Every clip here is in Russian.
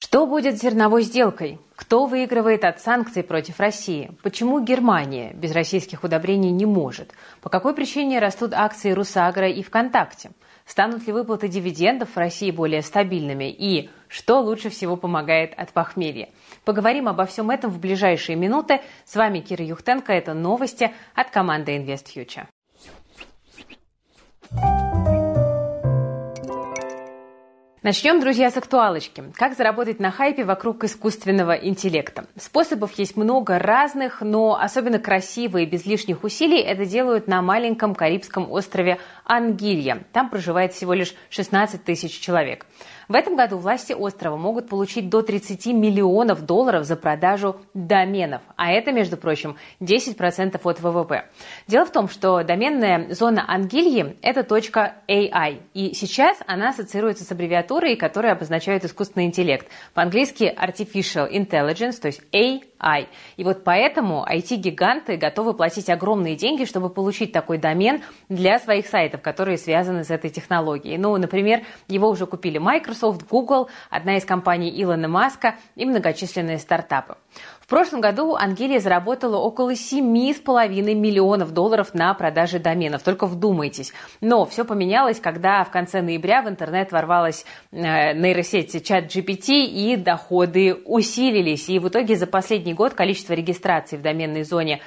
Что будет с зерновой сделкой? Кто выигрывает от санкций против России? Почему Германия без российских удобрений не может? По какой причине растут акции Русагро и ВКонтакте? Станут ли выплаты дивидендов в России более стабильными? И что лучше всего помогает от похмелья? Поговорим обо всем этом в ближайшие минуты. С вами Кира Юхтенко. Это новости от команды InvestFuture. Начнем, друзья, с актуалочки. Как заработать на хайпе вокруг искусственного интеллекта? Способов есть много разных, но особенно красиво и без лишних усилий это делают на маленьком карибском острове Ангилья. Там проживает всего лишь 16 тысяч человек. В этом году власти острова могут получить до 30 миллионов долларов за продажу доменов. А это, между прочим, 10% от ВВП. Дело в том, что доменная зона Ангильи – это .ai. И сейчас она ассоциируется с аббревиатурой, которая обозначает искусственный интеллект. По-английски Artificial Intelligence, то есть AI. И вот поэтому IT-гиганты готовы платить огромные деньги, чтобы получить такой домен для своих сайтов, которые связаны с этой технологией. Ну, например, его уже купили Microsoft, Google, одна из компаний Илона Маска и многочисленные стартапы. В прошлом году Ангилья заработала около 7,5 миллионов долларов на продаже доменов. Только вдумайтесь. Но все поменялось, когда в конце ноября в интернет ворвалась нейросеть ChatGPT и доходы усилились. И в итоге за последний год количество регистраций в доменной зоне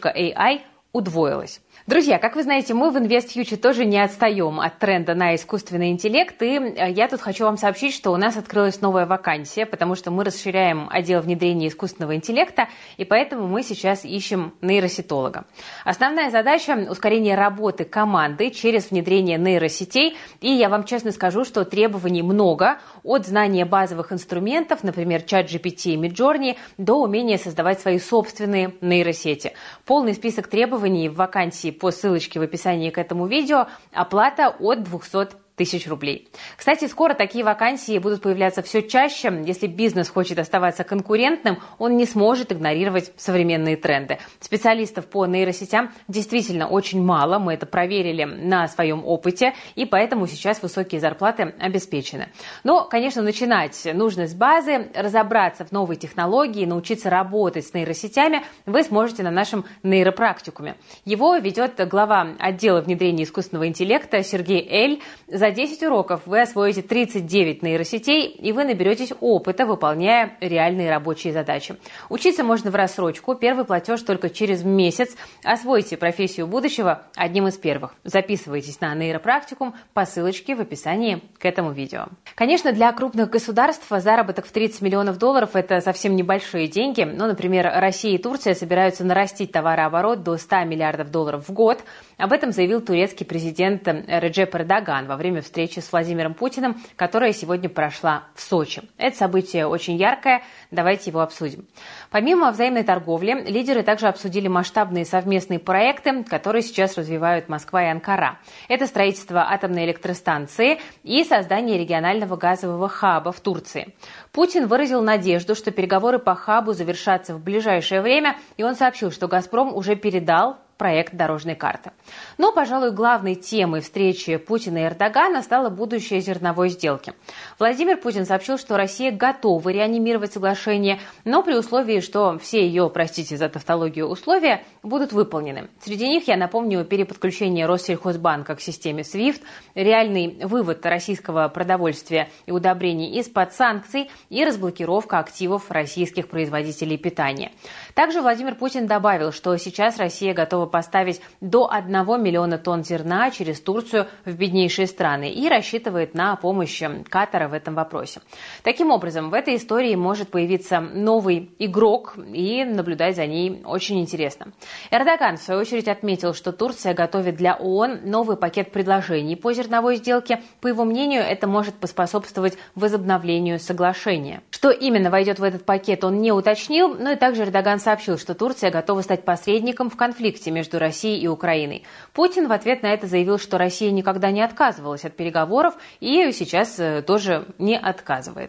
.ai удвоилось. Друзья, как вы знаете, мы в InvestFuture тоже не отстаем от тренда на искусственный интеллект, и я тут хочу вам сообщить, что у нас открылась новая вакансия, потому что мы расширяем отдел внедрения искусственного интеллекта, и поэтому мы сейчас ищем нейросетолога. Основная задача – ускорение работы команды через внедрение нейросетей, и я вам честно скажу, что требований много, от знания базовых инструментов, например, ChatGPT и Midjourney, до умения создавать свои собственные нейросети. Полный список требований в вакансии по ссылочке в описании к этому видео, оплата от 200 тысяч рублей. Кстати, скоро такие вакансии будут появляться все чаще. Если бизнес хочет оставаться конкурентным, он не сможет игнорировать современные тренды. Специалистов по нейросетям действительно очень мало, мы это проверили на своем опыте, и поэтому сейчас высокие зарплаты обеспечены. Но, конечно, начинать нужно с базы, разобраться в новой технологии, научиться работать с нейросетями вы сможете на нашем нейропрактикуме. Его ведет глава отдела внедрения искусственного интеллекта Сергей Эль. За 10 уроков вы освоите 39 нейросетей, и вы наберетесь опыта, выполняя реальные рабочие задачи. Учиться можно в рассрочку, первый платеж только через месяц. Освойте профессию будущего одним из первых. Записывайтесь на нейропрактикум по ссылочке в описании к этому видео. Конечно, для крупных государств заработок в 30 миллионов долларов – это совсем небольшие деньги. Но, например, Россия и Турция собираются нарастить товарооборот до 100 миллиардов долларов в год. Об этом заявил турецкий президент Реджеп Эрдоган во время встречи с Владимиром Путиным, которая сегодня прошла в Сочи. Это событие очень яркое, давайте его обсудим. Помимо взаимной торговли, лидеры также обсудили масштабные совместные проекты, которые сейчас развивают Москва и Анкара. Это строительство атомной электростанции и создание регионального газового хаба в Турции. Путин выразил надежду, что переговоры по хабу завершатся в ближайшее время, и он сообщил, что «Газпром» уже передал проект дорожной карты. Но, пожалуй, главной темой встречи Путина и Эрдогана стало будущее зерновой сделки. Владимир Путин сообщил, что Россия готова реанимировать соглашение, но при условии, что все ее, простите за тавтологию, условия будут выполнены. Среди них, я напомню, переподключение Россельхозбанка к системе SWIFT, реальный вывод российского продовольствия и удобрений из-под санкций и разблокировка активов российских производителей питания. Также Владимир Путин добавил, что сейчас Россия готова поставить до 1 миллиона тонн зерна через Турцию в беднейшие страны и рассчитывает на помощь Катара в этом вопросе. Таким образом, в этой истории может появиться новый игрок, и наблюдать за ней очень интересно. Эрдоган, в свою очередь, отметил, что Турция готовит для ООН новый пакет предложений по зерновой сделке. По его мнению, это может поспособствовать возобновлению соглашения. Что именно войдет в этот пакет, он не уточнил, но и также Эрдоган сообщил, что Турция готова стать посредником в конфликте между Россией и Украиной. Путин в ответ на это заявил, что Россия никогда не отказывалась от переговоров и сейчас тоже не отказывается.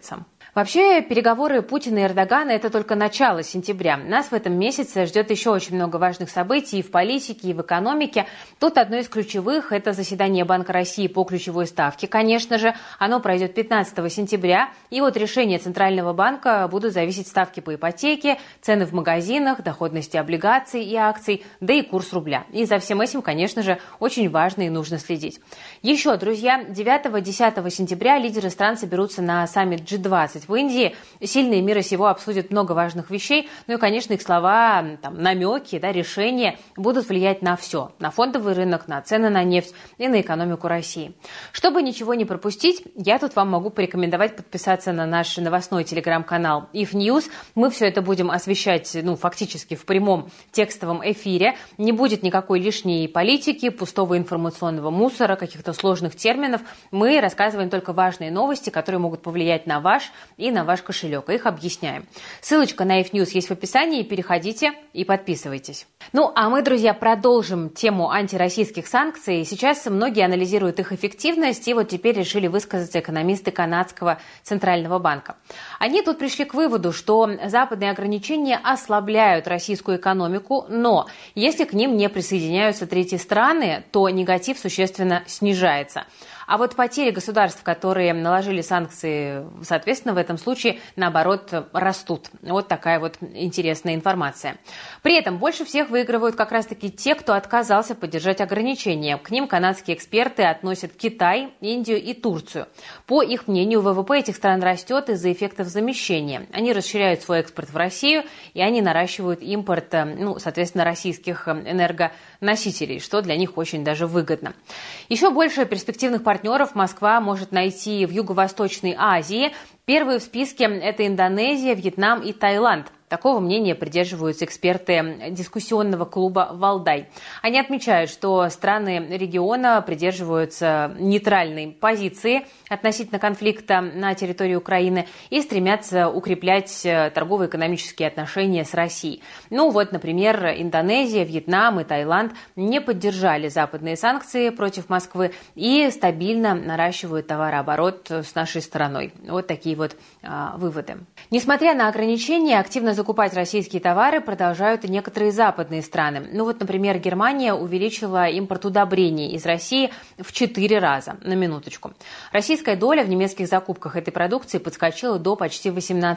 Вообще, переговоры Путина и Эрдогана – это только начало сентября. Нас в этом месяце ждет еще очень много важных событий и в политике, и в экономике. Тут одно из ключевых – это заседание Банка России по ключевой ставке. Конечно же, оно пройдет 15 сентября. И от решения Центрального банка будут зависеть ставки по ипотеке, цены в магазинах, доходности облигаций и акций, да и курс рубля. И за всем этим, конечно же, очень важно и нужно следить. Еще, друзья, 9-10 сентября лидеры стран соберутся на саммит G20 в Индии. Сильные мира сего обсудят много важных вещей. Ну и, конечно, их слова, намеки, решения будут влиять на все. На фондовый рынок, на цены на нефть и на экономику России. Чтобы ничего не пропустить, я тут вам могу порекомендовать подписаться на наш новостной телеграм-канал IF News. Мы все это будем освещать, фактически в прямом текстовом эфире. Не будет никакой лишней политики, пустого информационного мусора, каких-то сложных терминов. Мы рассказываем только важные новости, которые могут повлиять на ваш и на ваш кошелек. Их объясняем. Ссылочка на IF News есть в описании. Переходите и подписывайтесь. А мы, друзья, продолжим тему антироссийских санкций. Сейчас многие анализируют их эффективность, и вот теперь решили высказаться экономисты канадского Центрального банка. Они тут пришли к выводу, что западные ограничения ослабляют российскую экономику, но если к ним не присоединяются третьи страны, то негатив существенно снижается. А вот потери государств, которые наложили санкции, соответственно, в этом случае, наоборот, растут. Вот такая вот интересная информация. При этом больше всех выигрывают как раз-таки те, кто отказался поддержать ограничения. К ним канадские эксперты относят Китай, Индию и Турцию. По их мнению, ВВП этих стран растет из-за эффектов замещения. Они расширяют свой экспорт в Россию, и они наращивают импорт, соответственно, российских энергоносителей, что для них очень даже выгодно. Еще больше перспективных партнеров Москва может найти в Юго-Восточной Азии. Первые в списке – это Индонезия, Вьетнам и Таиланд. Такого мнения придерживаются эксперты дискуссионного клуба «Валдай». Они отмечают, что страны региона придерживаются нейтральной позиции относительно конфликта на территории Украины и стремятся укреплять торгово-экономические отношения с Россией. Например, Индонезия, Вьетнам и Таиланд не поддержали западные санкции против Москвы и стабильно наращивают товарооборот с нашей стороной. Вот такие вот выводы. Несмотря на ограничения, активно закупать российские товары продолжают и некоторые западные страны. Например, Германия увеличила импорт удобрений из России в 4 раза, на минуточку. Российская доля в немецких закупках этой продукции подскочила до почти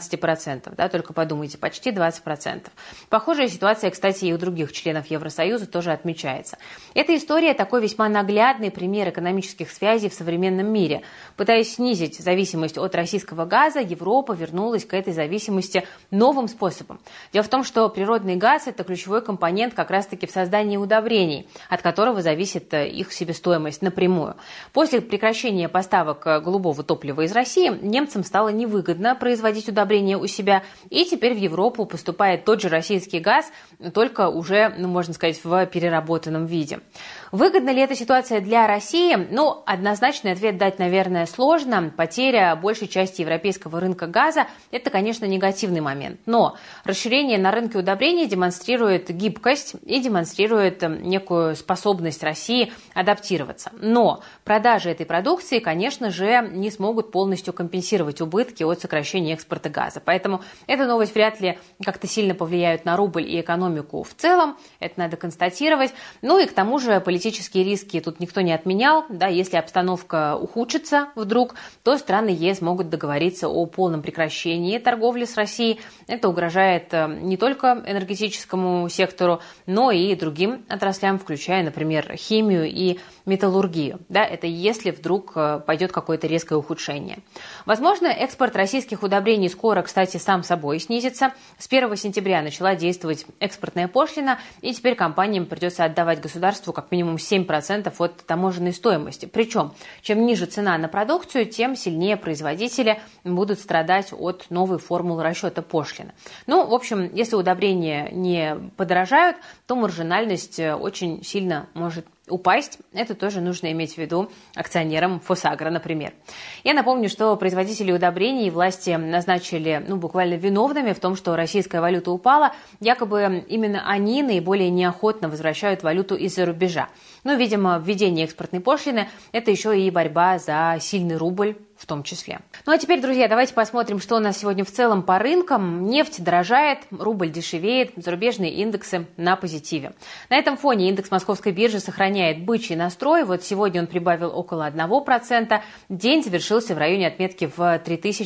18%. Только подумайте, почти 20%. Похожая ситуация, кстати, и у других членов Евросоюза тоже отмечается. Эта история такой весьма наглядный пример экономических связей в современном мире. Пытаясь снизить зависимость от российского газа, Европа вернулась к этой зависимости новым способом. Дело в том, что природный газ – это ключевой компонент как раз-таки в создании удобрений, от которого зависит их себестоимость напрямую. После прекращения поставок голубого топлива из России немцам стало невыгодно производить удобрения у себя, и теперь в Европу поступает тот же российский газ, только уже, можно сказать, в переработанном виде. Выгодна ли эта ситуация для России? Однозначный ответ дать, наверное, сложно. Потеря большей части европейского рынка газа – это, конечно, негативный момент. Но расширение на рынке удобрений демонстрирует гибкость и демонстрирует некую способность России адаптироваться. Но продажи этой продукции, конечно же, не смогут полностью компенсировать убытки от сокращения экспорта газа. Поэтому эта новость вряд ли как-то сильно повлияет на рубль и экономику в целом. Это надо констатировать. И к тому же политические риски тут никто не отменял. Если обстановка ухудшится вдруг, то страны ЕС могут договориться о полном прекращении торговли с Россией. Это угрожает не только энергетическому сектору, но и другим отраслям, включая, например, химию и металлургию. Это если вдруг пойдет какое-то резкое ухудшение. Возможно, экспорт российских удобрений скоро, кстати, сам собой снизится. С 1 сентября начала действовать экспортная пошлина, и теперь компаниям придется отдавать государству как минимум 7% от таможенной стоимости. Причем, чем ниже цена на продукцию, тем сильнее производители будут страдать от новой формулы расчета пошлины. В общем, если удобрения не подорожают, то маржинальность очень сильно может упасть. Это тоже нужно иметь в виду акционерам Фосагро, например. Я напомню, что производители удобрений власти назначили буквально виновными в том, что российская валюта упала. Якобы именно они наиболее неохотно возвращают валюту из-за рубежа. Видимо, введение экспортной пошлины – это еще и борьба за сильный рубль в в том числе. Ну а теперь, друзья, давайте посмотрим, что у нас сегодня в целом по рынкам. Нефть дорожает, рубль дешевеет, зарубежные индексы на позитиве. На этом фоне индекс Московской биржи сохраняет бычий настрой. Вот сегодня он прибавил около 1%. День завершился в районе отметки в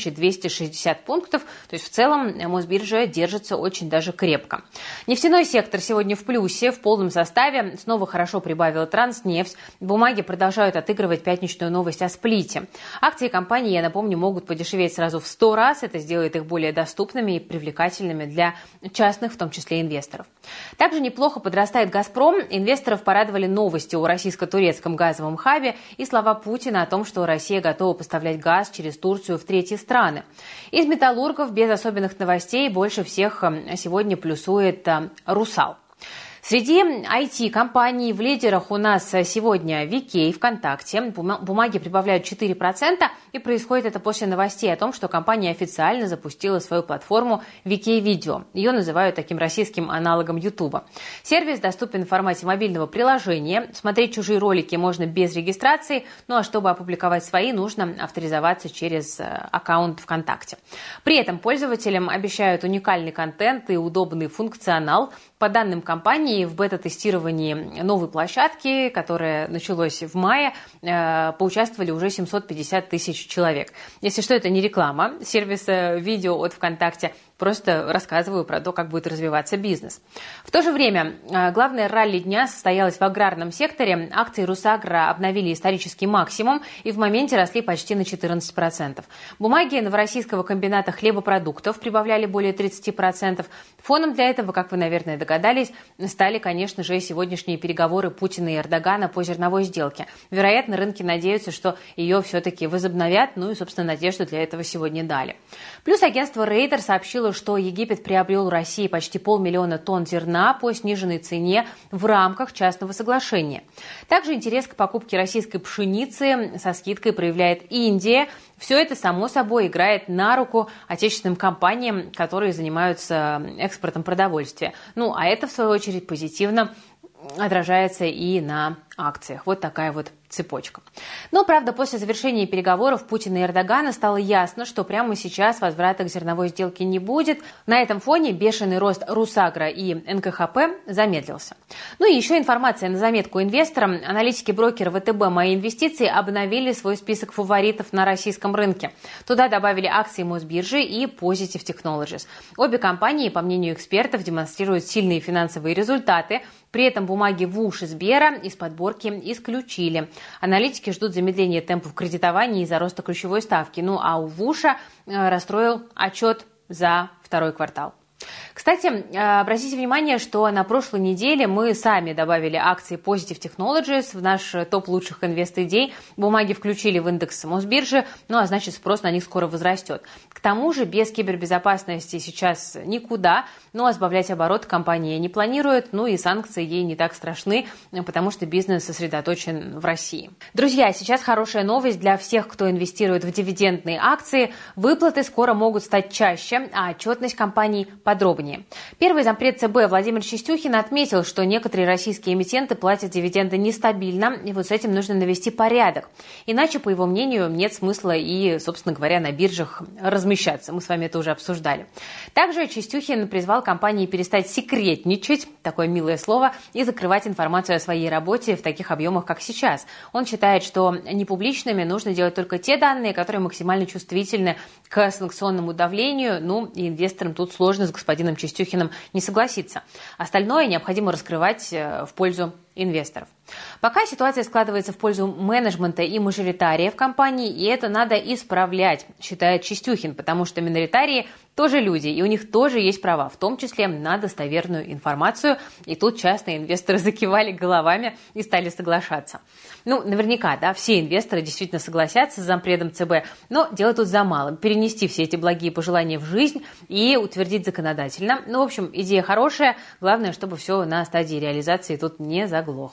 3260 пунктов. То есть в целом Мосбиржа держится очень даже крепко. Нефтяной сектор сегодня в плюсе, в полном составе. Снова хорошо прибавила Транснефть. Бумаги продолжают отыгрывать пятничную новость о сплите. Акции компании, я напомню, могут подешеветь сразу в 100 раз. Это сделает их более доступными и привлекательными для частных, в том числе инвесторов. Также неплохо подрастает «Газпром». Инвесторов порадовали новости о российско-турецком газовом хабе и слова Путина о том, что Россия готова поставлять газ через Турцию в третьи страны. Из металлургов без особенных новостей больше всех сегодня плюсует «Русал». Среди IT-компаний в лидерах у нас сегодня VK, ВКонтакте. Бумаги прибавляют 4%, и происходит это после новостей о том, что компания официально запустила свою платформу VK Video. Ее называют таким российским аналогом YouTube. Сервис доступен в формате мобильного приложения. Смотреть чужие ролики можно без регистрации, ну а чтобы опубликовать свои, нужно авторизоваться через аккаунт ВКонтакте. При этом пользователям обещают уникальный контент и удобный функционал. По данным компании, в бета-тестировании новой площадки, которое началось в мае, поучаствовали уже 750 тысяч человек. Если что, это не реклама сервиса видео от ВКонтакте, просто рассказываю про то, как будет развиваться бизнес. В то же время главное ралли дня состоялось в аграрном секторе. Акции Русагро обновили исторический максимум и в моменте росли почти на 14%. Бумаги Новороссийского комбината хлебопродуктов прибавляли более 30%. Фоном для этого, как вы, наверное, догадались, стали, конечно же, сегодняшние переговоры Путина и Эрдогана по зерновой сделке. Вероятно, рынки надеются, что ее все-таки возобновят, ну и, собственно, надежду для этого сегодня дали. Плюс агентство Рейтер сообщило, что Египет приобрел у России почти 500 000 тонн зерна по сниженной цене в рамках частного соглашения. Также интерес к покупке российской пшеницы со скидкой проявляет Индия. Все это, само собой, играет на руку отечественным компаниям, которые занимаются экспортом продовольствия. Ну, а это, в свою очередь, позитивно отражается и на акциях. Вот такая вот цепочка. Но, правда, после завершения переговоров Путина и Эрдогана стало ясно, что прямо сейчас возврата к зерновой сделке не будет. На этом фоне бешеный рост Русагро и НКХП замедлился. Ну и еще информация на заметку инвесторам. Аналитики брокера ВТБ «Мои инвестиции» обновили свой список фаворитов на российском рынке. Туда добавили акции Мосбиржи и Positive Technologies. Обе компании, по мнению экспертов, демонстрируют сильные финансовые результаты. При этом бумаги ВУШ и Сбера из подборки исключили. Аналитики ждут замедления темпов кредитования из-за роста ключевой ставки. Ну а у ВУШа расстроил отчет за второй квартал. Кстати, обратите внимание, что на прошлой неделе мы сами добавили акции Positive Technologies в наш топ лучших инвест-идей. Бумаги включили в индекс Мосбиржи, ну а значит спрос на них скоро возрастет. К тому же без кибербезопасности сейчас никуда, ну а сбавлять оборот компания не планирует, ну и санкции ей не так страшны, потому что бизнес сосредоточен в России. Друзья, сейчас хорошая новость для всех, кто инвестирует в дивидендные акции. Выплаты скоро могут стать чаще, а отчетность компаний подробнее. Первый зампред ЦБ Владимир Чистюхин отметил, что некоторые российские эмитенты платят дивиденды нестабильно, и вот с этим нужно навести порядок. Иначе, по его мнению, нет смысла и, собственно говоря, на биржах размещаться. Мы с вами это уже обсуждали. Также Чистюхин призвал компании перестать секретничать, такое милое слово, и закрывать информацию о своей работе в таких объемах, как сейчас. Он считает, что непубличными нужно делать только те данные, которые максимально чувствительны к санкционному давлению. Ну, и инвесторам тут сложно с господином Чистюхиным не согласиться. Остальное необходимо раскрывать в пользу инвесторов. Пока ситуация складывается в пользу менеджмента и мажоритария в компании, и это надо исправлять, считает Чистюхин, потому что миноритарии тоже люди, и у них тоже есть права, в том числе на достоверную информацию. И тут часто инвесторы закивали головами и стали соглашаться. Ну, наверняка, да, все инвесторы действительно согласятся с зампредом ЦБ, но дело тут за малым. Перенести все эти благие пожелания в жизнь и утвердить законодательно. Ну, в общем, идея хорошая, главное, чтобы все на стадии реализации тут не заглохло.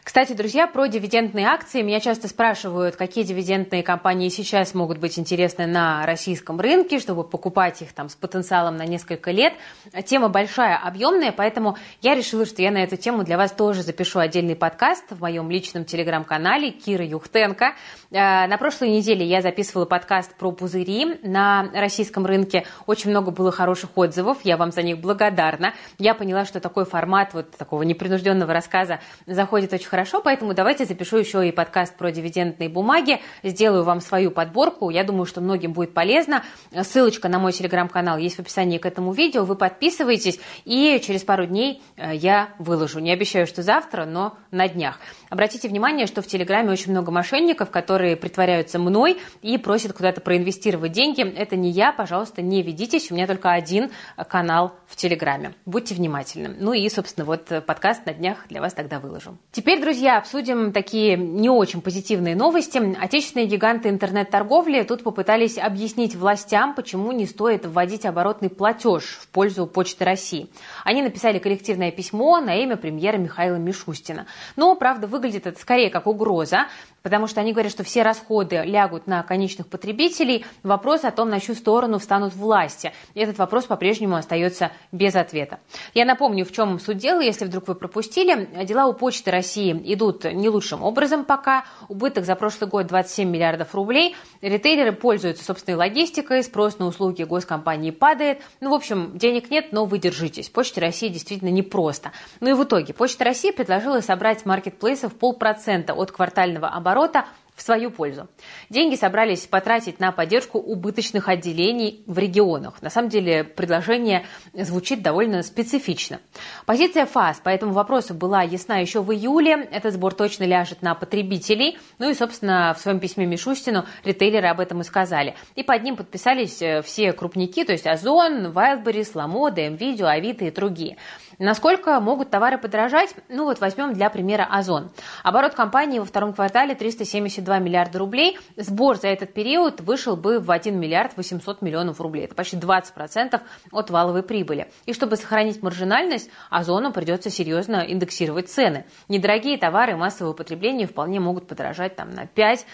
Кстати, друзья, про дивидендные акции. Меня часто спрашивают, какие дивидендные компании сейчас могут быть интересны на российском рынке, чтобы покупать их там с потенциалом на несколько лет. Тема большая, объемная, поэтому я решила, что я на эту тему для вас тоже запишу отдельный подкаст в моем личном телеграм-канале Кира Юхтенко. На прошлой неделе я записывала подкаст про пузыри на российском рынке. Очень много было хороших отзывов, я вам за них благодарна. Я поняла, что такой формат вот такого непринужденного рассказа заходит очень хорошо, поэтому давайте запишу еще и подкаст про дивидендные бумаги, сделаю вам свою подборку, я думаю, что многим будет полезно. Ссылочка на мой телеграм-канал есть в описании к этому видео, вы подписывайтесь, и через пару дней я выложу. Не обещаю, что завтра, но на днях. Обратите внимание, что в Телеграме очень много мошенников, которые притворяются мной и просят куда-то проинвестировать деньги. Это не я, пожалуйста, не ведитесь, у меня только один канал в Телеграме. Будьте внимательны. Ну и, собственно, вот подкаст на днях для вас тогда выложу. Теперь, друзья, обсудим такие не очень позитивные новости. Отечественные гиганты интернет-торговли тут попытались объяснить властям, почему не стоит вводить оборотный платеж в пользу Почты России. Они написали коллективное письмо на имя премьера Михаила Мишустина. Но, правда, выглядит это скорее как угроза, потому что они говорят, что все расходы лягут на конечных потребителей. Вопрос о том, на чью сторону встанут власти. И этот вопрос по-прежнему остается без ответа. Я напомню, в чем суть дела, если вдруг вы пропустили. Дела у Почты России идут не лучшим образом пока. Убыток за прошлый год 27 миллиардов рублей. Ритейлеры пользуются собственной логистикой, спрос на услуги госкомпании падает. Ну, в общем, денег нет, но вы держитесь. Почте России действительно непросто. Ну и в итоге Почта России предложила собрать с маркетплейсов 0,5% от квартального оборота в свою пользу. Деньги собрались потратить на поддержку убыточных отделений в регионах. На самом деле предложение звучит довольно специфично. Позиция ФАС по этому вопросу была ясна еще в июле. Этот сбор точно ляжет на потребителей. Ну и, собственно, в своем письме Мишустину ритейлеры об этом и сказали. И под ним подписались все крупники, то есть Озон, Wildberries, Ламода, МВидео, Авито и другие. Насколько могут товары подорожать? Ну вот возьмем для примера Озон. Оборот компании во втором квартале 372 миллиарда рублей. Сбор за этот период вышел бы в 1 миллиард 800 миллионов рублей. Это почти 20% от валовой прибыли. И чтобы сохранить маржинальность, Озону придется серьезно индексировать цены. Недорогие товары массового потребления вполне могут подорожать там, на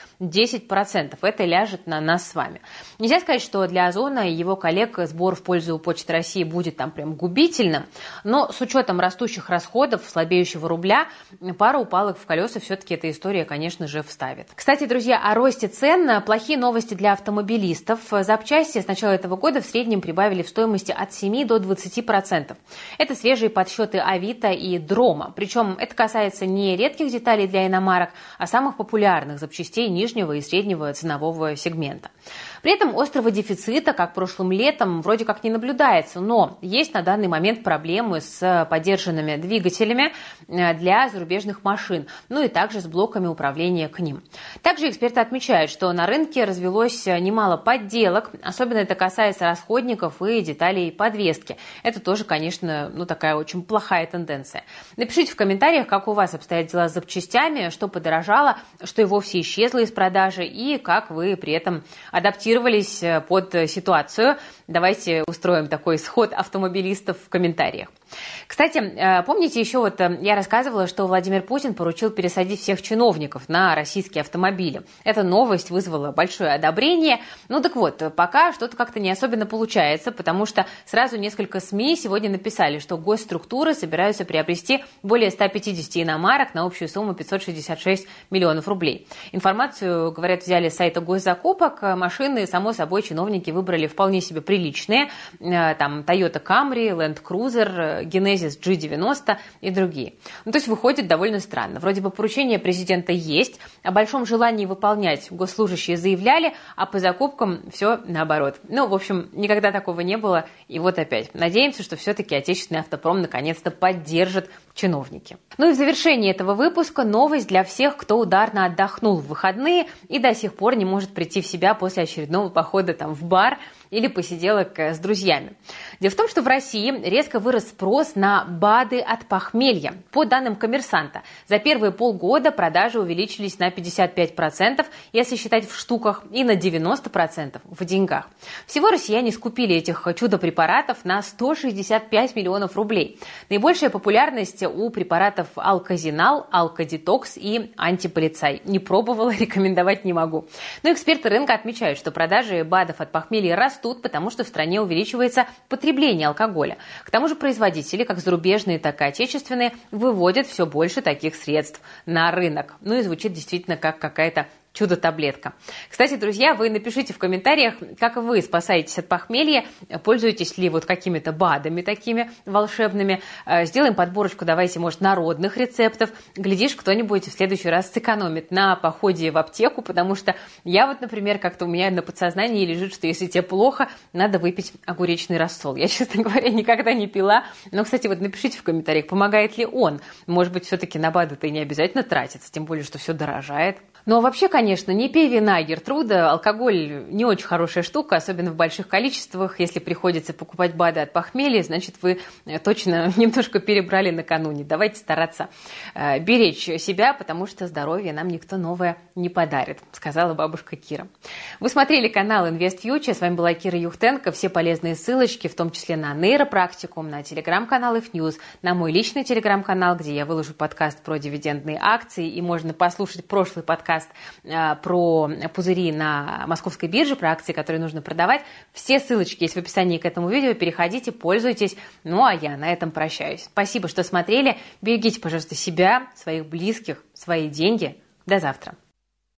5-10%. Это ляжет на нас с вами. Нельзя сказать, что для Озона и его коллег сбор в пользу Почты России будет там прям губительным, но с учетом растущих расходов, слабеющего рубля, пару палок в колеса все-таки эта история, конечно же, вставит. Кстати, друзья, о росте цен плохие новости для автомобилистов. Запчасти с начала этого года в среднем прибавили в стоимости от 7 до 20%. Это свежие подсчеты Авито и Дрома. Причем это касается не редких деталей для иномарок, а самых популярных запчастей нижнего и среднего ценового сегмента. При этом острого дефицита, как прошлым летом, вроде как не наблюдается, но есть на данный момент проблемы с подержанными двигателями для зарубежных машин, ну и также с блоками управления к ним. Также эксперты отмечают, что на рынке развелось немало подделок, особенно это касается расходников и деталей подвески. Это тоже, конечно, такая очень плохая тенденция. Напишите в комментариях, как у вас обстоят дела с запчастями, что подорожало, что и вовсе исчезло из продажи и как вы при этом адаптировались под ситуацию. Давайте устроим такой сход автомобилистов в комментариях. Кстати, помните еще я рассказывала, что Владимир Путин поручил пересадить всех чиновников на российские автомобили. Эта новость вызвала большое одобрение. Ну так вот, пока что-то как-то не особенно получается, потому что сразу несколько СМИ сегодня написали, что госструктуры собираются приобрести более 150 иномарок на общую сумму 566 миллионов рублей. Информацию, говорят, взяли с сайта госзакупок. Машины, само собой, чиновники выбрали вполне себе приличные. Там Toyota Camry, Land Cruiser, Genesis G90 и другие. То есть выходит довольно странно. Вроде бы поручение президента есть, о большом желании выполнять госслужащие заявляли, а по закупкам все наоборот. В общем, никогда такого не было. И вот опять. Надеемся, что все-таки отечественный автопром наконец-то поддержит чиновники. И в завершении этого выпуска новость для всех, кто ударно отдохнул в выходные и до сих пор не может прийти в себя после очередного похода в бар. или посиделок с друзьями. Дело в том, что в России резко вырос спрос на БАДы от похмелья. По данным «Коммерсанта», за первые полгода продажи увеличились на 55%, если считать в штуках, и на 90% в деньгах. Всего россияне скупили этих чудо-препаратов на 165 миллионов рублей. Наибольшая популярность у препаратов Алказинал, Алкадетокс и Антиполицай. Не пробовала, рекомендовать не могу. Но эксперты рынка отмечают, что продажи БАДов от похмелья растут, потому что в стране увеличивается потребление алкоголя. К тому же производители, как зарубежные, так и отечественные, выводят все больше таких средств на рынок. Ну и звучит действительно как какая-то чудо-таблетка. Кстати, друзья, вы напишите в комментариях, как вы спасаетесь от похмелья, пользуетесь ли вот какими-то БАДами такими волшебными. Сделаем подборочку, давайте, может, народных рецептов. Глядишь, кто-нибудь в следующий раз сэкономит на походе в аптеку, потому что я вот, например, как-то у меня на подсознании лежит, что если тебе плохо, надо выпить огуречный рассол. Я, честно говоря, никогда не пила. Но, кстати, вот напишите в комментариях, помогает ли он. Может быть, все-таки на БАДы-то и не обязательно тратиться, тем более, что все дорожает. Но вообще, конечно, не пей вина, Гертруда. Алкоголь не очень хорошая штука, особенно в больших количествах. Если приходится покупать БАДы от похмелья, значит, вы точно немножко перебрали накануне. Давайте стараться беречь себя, потому что здоровье нам никто новое не подарит, сказала бабушка Кира. Вы смотрели канал InvestFuture. С вами была Кира Юхтенко. Все полезные ссылочки, в том числе на нейропрактикум, на телеграм-канал IFNews, на мой личный телеграм-канал, где я выложу подкаст про дивидендные акции, и можно послушать прошлый подкаст про пузыри на московской бирже, про акции, которые нужно продавать. Все ссылочки есть в описании к этому видео. Переходите, пользуйтесь. Ну, а я на этом прощаюсь. Спасибо, что смотрели. Берегите, пожалуйста, себя, своих близких, свои деньги. До завтра.